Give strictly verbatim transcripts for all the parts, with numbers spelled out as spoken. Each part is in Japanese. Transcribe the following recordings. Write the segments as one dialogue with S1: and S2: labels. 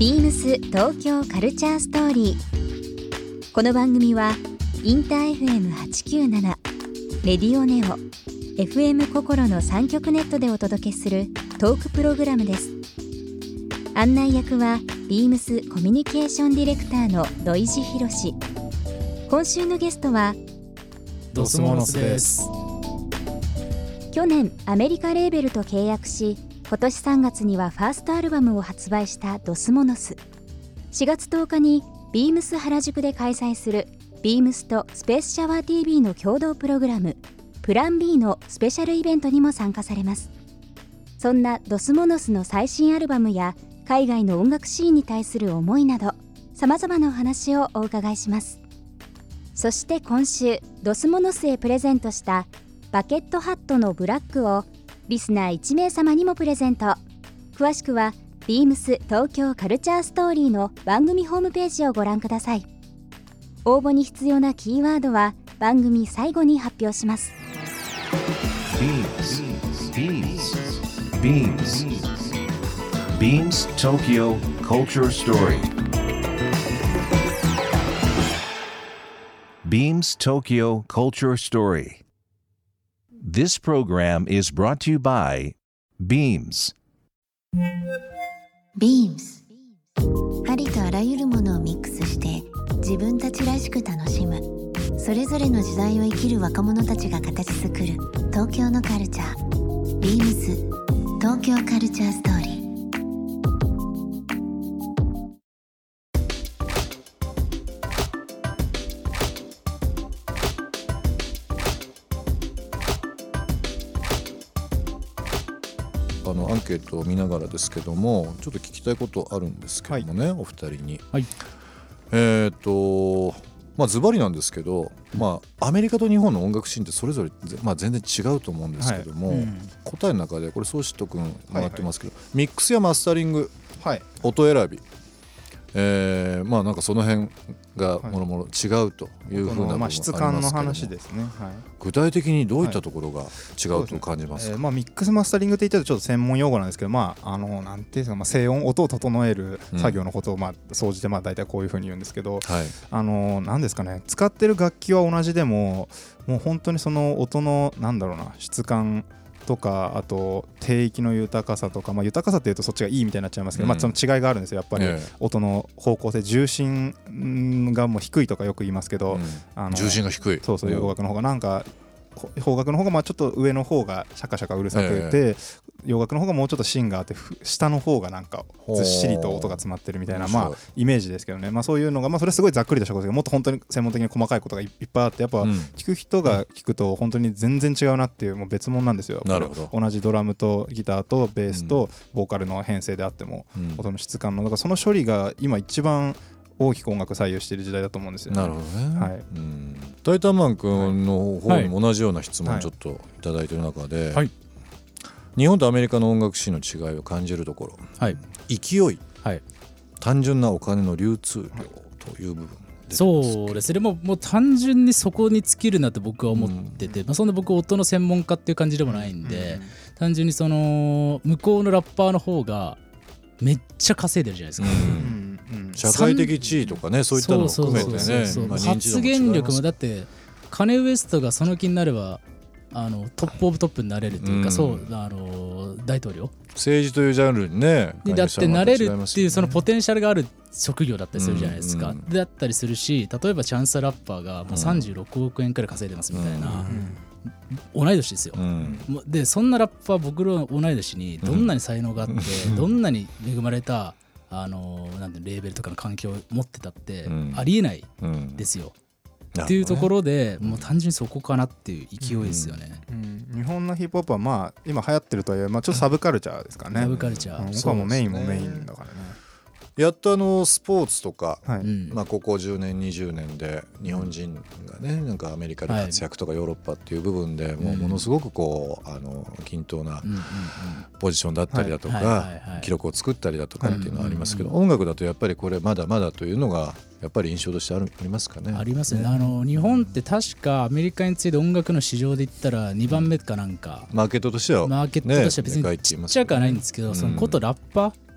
S1: ビームス東京カルチャーストーリー。この番組はインター エフエムはちきゅうなな、レディオネオ、エフエム 心のさん局ネットでお届けするトークプログラムです。案内役はビームスコミュニケーションディレクターの土井博志。今週のゲストは
S2: ドスモノスです。
S1: 去年アメリカレーベルと契約し、今年さんがつにはファーストアルバムを発売したドスモノス。しがつとおかにビームス原宿で開催するビームスとスペースシャワー ティーブイ の共同プログラムプラン B のスペシャルイベントにも参加されます。そんなドスモノスの最新アルバムや海外の音楽シーンに対する思いなど、様々なお話をお伺いします。そして今週ドスモノスへプレゼントしたバケットハットのブラックをリスナーいち名様にもプレゼント。詳しくはビームス東京カルチャーストーリーの番組ホームページをご覧ください。応募に必要なキーワードは番組最後に発表します。
S3: ビームス ビームス ビームス Tokyo Culture Story Beams Tokyo Culture Story. This program is brought to you by Beams.
S4: Beams ありとあらゆるものをミックスして自分たちらしく楽しむ、それぞれの時代を生きる若者たちが形作る東京のカルチャー。 Beams 東京カルチャーストーリー。
S2: あのアンケートを見ながらですけども、ちょっと聞きたいことあるんですけどもね、はい、お二人に、はい、えーとまあズバリなんですけど、まあアメリカと日本の音楽シーンってそれぞれ、まあ、全然違うと思うんですけども、はい、うん、答えの中でこれ宗志君もらってますけど、はいはい、ミックスやマスタリング、はい、音選び、えー、まあなんかその辺がもろもろ違うというふうな部分がありますけども、
S5: まあ、質感の話ですね、はい、
S2: 具体的にどういったところが違うと感じますか？
S5: はい、えーまあ、ミックスマスタリングって言ったらちょっと専門用語なんですけど、まああのなんていうんですか、まあ、静音音を整える作業のことを、まあ総じてまあ大体こういうふうに言うんですけど、はい、あのなんですかね、使ってる楽器は同じでも、もう本当にその音のなんだろうな、質感とか、あと低域の豊かさとか、まあ、豊かさっていうとそっちがいいみたいになっちゃいますけど、うん、まあ、その違いがあるんですよやっぱり、ええ、音の方向性、重心がもう低いとかよく言いますけど、うん、あの
S2: 重心が低い、
S5: そうそう、洋楽の方がなんか邦楽の方がまあちょっと上の方がシャカシャカうるさくて、ええ、洋楽の方がもうちょっと芯があって下の方がなんかずっしりと音が詰まってるみたいな、まあイメージですけどね、まあそういうのが、まあそれすごいざっくりとしたことですけど、もっと本当に専門的に細かいことがいっぱいあって、やっぱ聞く人が聞くと本当に全然違うなっていう、もう別物なんですよ。
S2: なるほど。
S5: 同じドラムとギターとベースとボーカルの編成であっても、音の質感の、だからその処理が今一番大きく音楽左右している時代だと思うんですよね。
S2: なるほどね、
S5: はい、
S2: うん、タイタンマン君の方にも同じような質問ちょっといただいている中で、はい、日本とアメリカの音楽シーンの違いを感じるところ、はい、勢い、はい、単純なお金の流通量という部分、
S6: そうですね、もう、もう単純にそこに尽きるなって僕は思ってて、うん、まあ、そんな僕音の専門家っていう感じでもないんで、うん、単純にその向こうのラッパーの方がめっちゃ稼いでるじゃないですか、うん
S2: うん、社会的地位とかね、そういったのを含めてね、
S6: 発言力もだってカネウエストがその気になればあのトップオブトップになれるというか、うん、そうあの大統領
S2: 政治というジャンルにね
S6: にだってなれるっていうそのポテンシャルがある職業だったりするじゃないですか、うんうん、だったりするし、例えばチャンスラッパーがもうさんじゅうろくおくえんくらい稼いでますみたいな、うん、同い年ですよ、うん、でそんなラッパー僕の同い年にどんなに才能があって、うん、どんなに恵まれたあのなんてレーベルとかの環境を持ってたってありえないですよ、うん、っていうところで、もう単純にそこかなっていう勢いですよね、
S5: うんうん、日本のヒップホップはまあ今流行ってるとはいえ、まあ、ちょっとサブカルチャーですかね。
S6: サブカルチャー、
S5: 僕はもうメインもメインだからね。
S2: やっとあのスポーツとか、はい、まあ、ここじゅうねんにじゅうねんで日本人がね、なんかアメリカで活躍とかヨーロッパっていう部分でもうものすごくこうあの均等なポジションだったりだとか記録を作ったりだとかっていうのはありますけど、音楽だとやっぱりこれまだまだというのがやっぱり印象としてありますかね。
S6: ありますね。あの日本って確かアメリカに次いで音楽の市場で言ったらにばんめかなんか、
S2: マーケットとしては
S6: マーケットとしては別にちっちゃくはないんですけど、そのことラッパー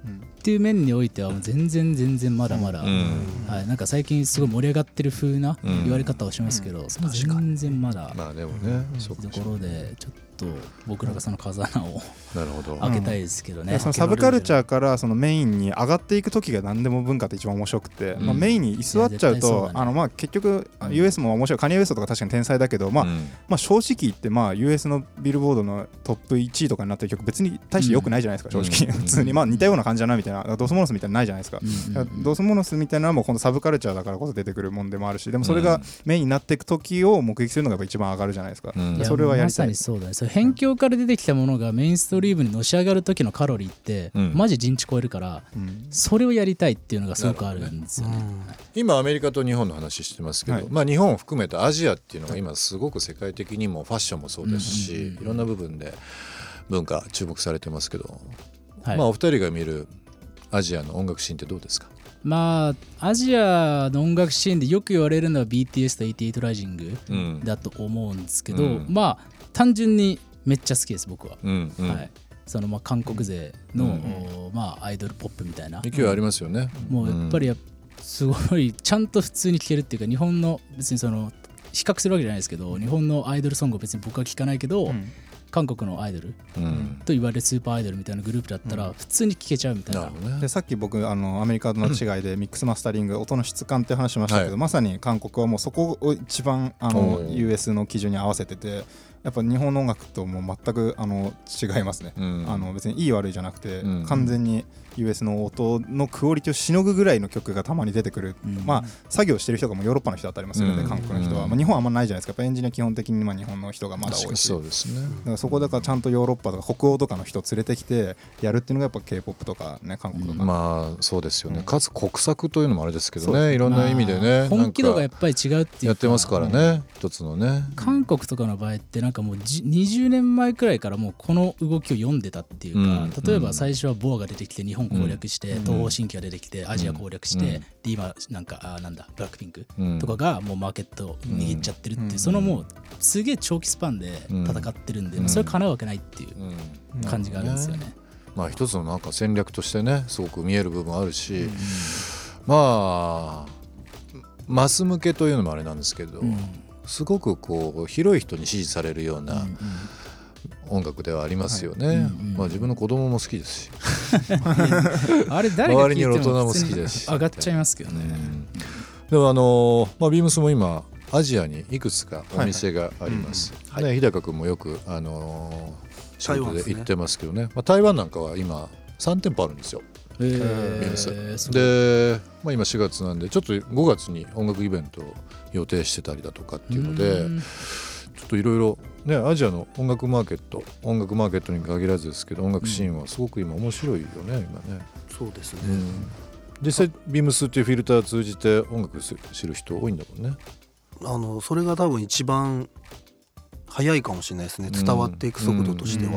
S6: っていう面においてはもう全然全然まだまだ、はい、なんか最近すごい盛り上がってる風な言われ方をしますけど、その全然まだ
S2: まあでもね、
S6: そういうところでちょっと僕らがその風穴を開けたいですけどね。
S5: そのサブカルチャーからそのメインに上がっていく時が何でも文化って一番面白くて、まあメインに居座っちゃうとあのまあ結局 ユーエス も面白い、カニエ・ウエストとか確かに天才だけど、まあまあ正直言ってまあ ユーエス のビルボードのトップいちいとかになってる曲別に大して良くないじゃないですか、正直普通にまあ似たような感じだなみたいな、ドスモノスみたいなのないじゃないですか。ドスモノスみたいなのはもう今度サブカルチャーだからこそ出てくるもんでもあるし、でもそれがメインになっていく時を目撃するのがやっぱ一番上がるじゃないですか。それはやりたい。
S6: まさにそうだね。それ辺境から出てきたものがメインストリームにのし上がる時のカロリーって、うん、マジ人知超えるから、うん、それをやりたいっていうのがすごくあるんですよね。
S2: 今アメリカと日本の話してますけど、はい、まあ日本を含めたアジアっていうのが今すごく世界的にもファッションもそうですし、うんうんうん、いろんな部分で文化注目されてますけど、はい、まあお二人が見るアジアの音楽シーンってどうですか？
S6: まあアジアの音楽シーンでよく言われるのは ビーティーエス とはちじゅうはちライジングだと思うんですけど、うん、まあ単純にめっちゃ好きです僕は、うんうん、はい、そのまあ韓国勢の、うん、まあアイドルポップみたいな
S2: 勢いありますよね。
S6: もうやっぱりやすごいちゃんと普通に聴けるっていうか、日本の別にその比較するわけじゃないですけど、日本のアイドルソングを別に僕は聴かないけど、うん、韓国のアイドル、うん、と言われるスーパーアイドルみたいなグループだったら普通に聴けちゃうみたいな、
S5: うん、でさっき僕あのアメリカの違いでミックスマスタリング、音の質感って話しましたけど、はい、まさに韓国はもうそこを一番あの ユーエス の基準に合わせてて、やっぱ日本の音楽ともう全くあの違いますね、うん、あの別にいい悪いじゃなくて、うん、完全に ユーエス の音のクオリティをしのぐぐらいの曲がたまに出てくる、うん、まあ作業してる人がもヨーロッパの人だったりもするので、うん、韓国の人は、まあ、日本はあんまないじゃないですか。やっぱエンジニア基本的にまあ日本の人がまだ多いし、
S2: そうですね、
S5: だからそこだからちゃんとヨーロッパとか北欧とかの人を連れてきてやるっていうのがやっぱ K-ポップ とかね、韓国とか、
S2: うん、まあそうですよね、うん、かつ国策というのもあれですけどね、いろんな意味でね、
S6: 本気度がやっぱり違うっていうか
S2: やってますからね、うん、一つのね。
S6: 韓国とかの場合ってなんかもうにじゅうねんまえくらいからもうこの動きを読んでたっていうか、うん、例えば最初はボアが出てきて日本攻略して、うん、東方神起が出てきてアジア攻略して、うん、で今なんかあなんだブラックピンクとかがもうマーケットを握っちゃってるっていう、うん、そのもうすげえ長期スパンで戦ってるんで、うん、それ叶うわけないっていう感じがあるんですよね、
S2: うん、まあ一つのなんか戦略としてねすごく見える部分あるし、うん、まあマス向けというのもあれなんですけど、うん、すごくこう広い人に支持されるような、うんうん音楽ではありますよね、はいうんうんまあ、自分の子供も好きですし
S6: あれ誰が聴いても
S2: 周りにいる大人も好きですし
S6: 上がっちゃいますけどね、うん、
S2: でもあの、まあ、ビームスも今アジアにいくつかお店があります、はいはいうん、日高君もよくあの仕事で行ってますけど ね, ね、まあ、台湾なんかは今さん店舗あるんですよ、えー、ビームスで、まあ、今しがつなんでちょっとごがつに音楽イベントを予定してたりだとかっていうのでちょっといろいろね、アジアの音楽マーケット音楽マーケットに限らずですけど音楽シーンはすごく今面白いよね、うん、今ね。
S7: そうですね、
S2: うん、実際ビームスっていうフィルターを通じて音楽知る人多いんだもんね。あ
S7: のそれが多分一番早いかもしれないですね、伝わっていく速度としては、うん、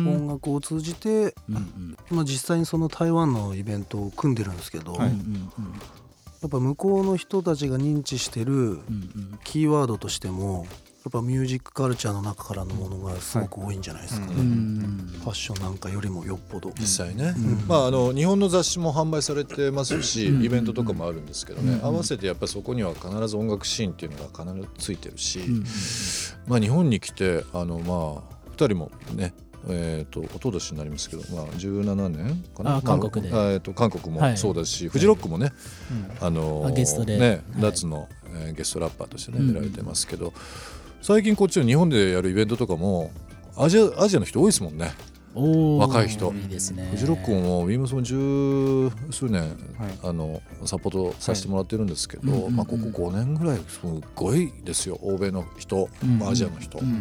S7: 音楽を通じて、うんまあ、実際にその台湾のイベントを組んでるんですけど、はい、やっぱ向こうの人たちが認知してるキーワードとしてもやっぱミュージックカルチャーの中からのものがすごく多いんじゃないですかね、はいうん、ファッションなんかよりもよっぽど
S2: 実際ね、うんまあ、あの日本の雑誌も販売されてますし、うん、イベントとかもあるんですけどね、うん、合わせてやっぱりそこには必ず音楽シーンっていうのが必ずついてるし、うんまあ、日本に来てあの、まあ、ふたりもねえー、と一昨年になりますけど、まあ、じゅうななねんかな、
S6: あ韓国で、
S2: まあえー、と韓国もそうだし、はい、フジロックもね、うんあのー、
S6: ゲストで、
S2: ね、夏の、えー、ゲストラッパーとして、ね、出られてますけど、うん、最近こっちの日本でやるイベントとかもアジア、アジアの人多いですもんね。若い人
S6: いいですね。
S2: フジロックもウィームスも十数年、はい、あのサポートさせてもらってるんですけど、はいまあ、ここごねんぐらいすごいですよ欧米の人、うんうん、アジアの人、うんうん、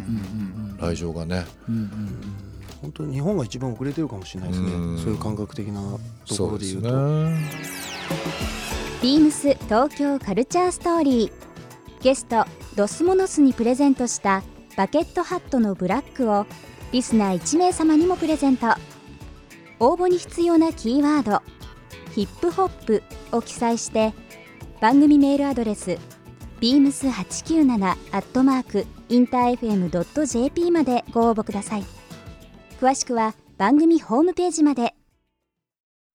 S2: 来場がね、うんうんうん
S7: 本当に日本が一番遅れてるかもしれないですね、うん、そういう感覚的なところで言うと
S2: そうですね。
S1: ビームス東京カルチャーストーリーゲストドスモノスにプレゼントしたバケットハットのブラックをリスナーいち名様にもプレゼント。応募に必要なキーワードヒップホップを記載して番組メールアドレス ビームスはちきゅうなな アットマーク インターエフエム ドット ジェーピー までご応募ください。詳しくは番組ホームページまで。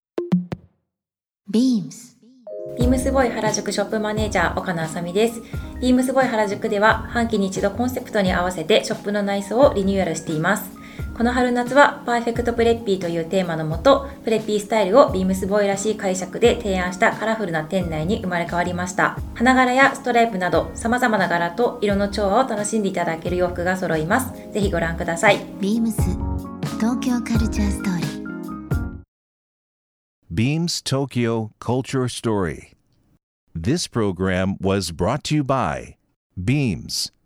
S4: ビームス
S8: ビームスボーイ原宿ショップマネージャー岡野あさみです。ビームスボーイ原宿では半期に一度コンセプトに合わせてショップの内装をリニューアルしています。この春夏はパーフェクトプレッピーというテーマのもと、プレッピースタイルをビームスボーイらしい解釈で提案したカラフルな店内に生まれ変わりました。花柄やストライプなど様々な柄と色の調和を楽しんでいただける洋服が揃います。ぜひご覧ください。
S4: ビームス東京カルチャーストーリー
S3: Beams Tokyo Culture Story. This program was brought to you by Beams.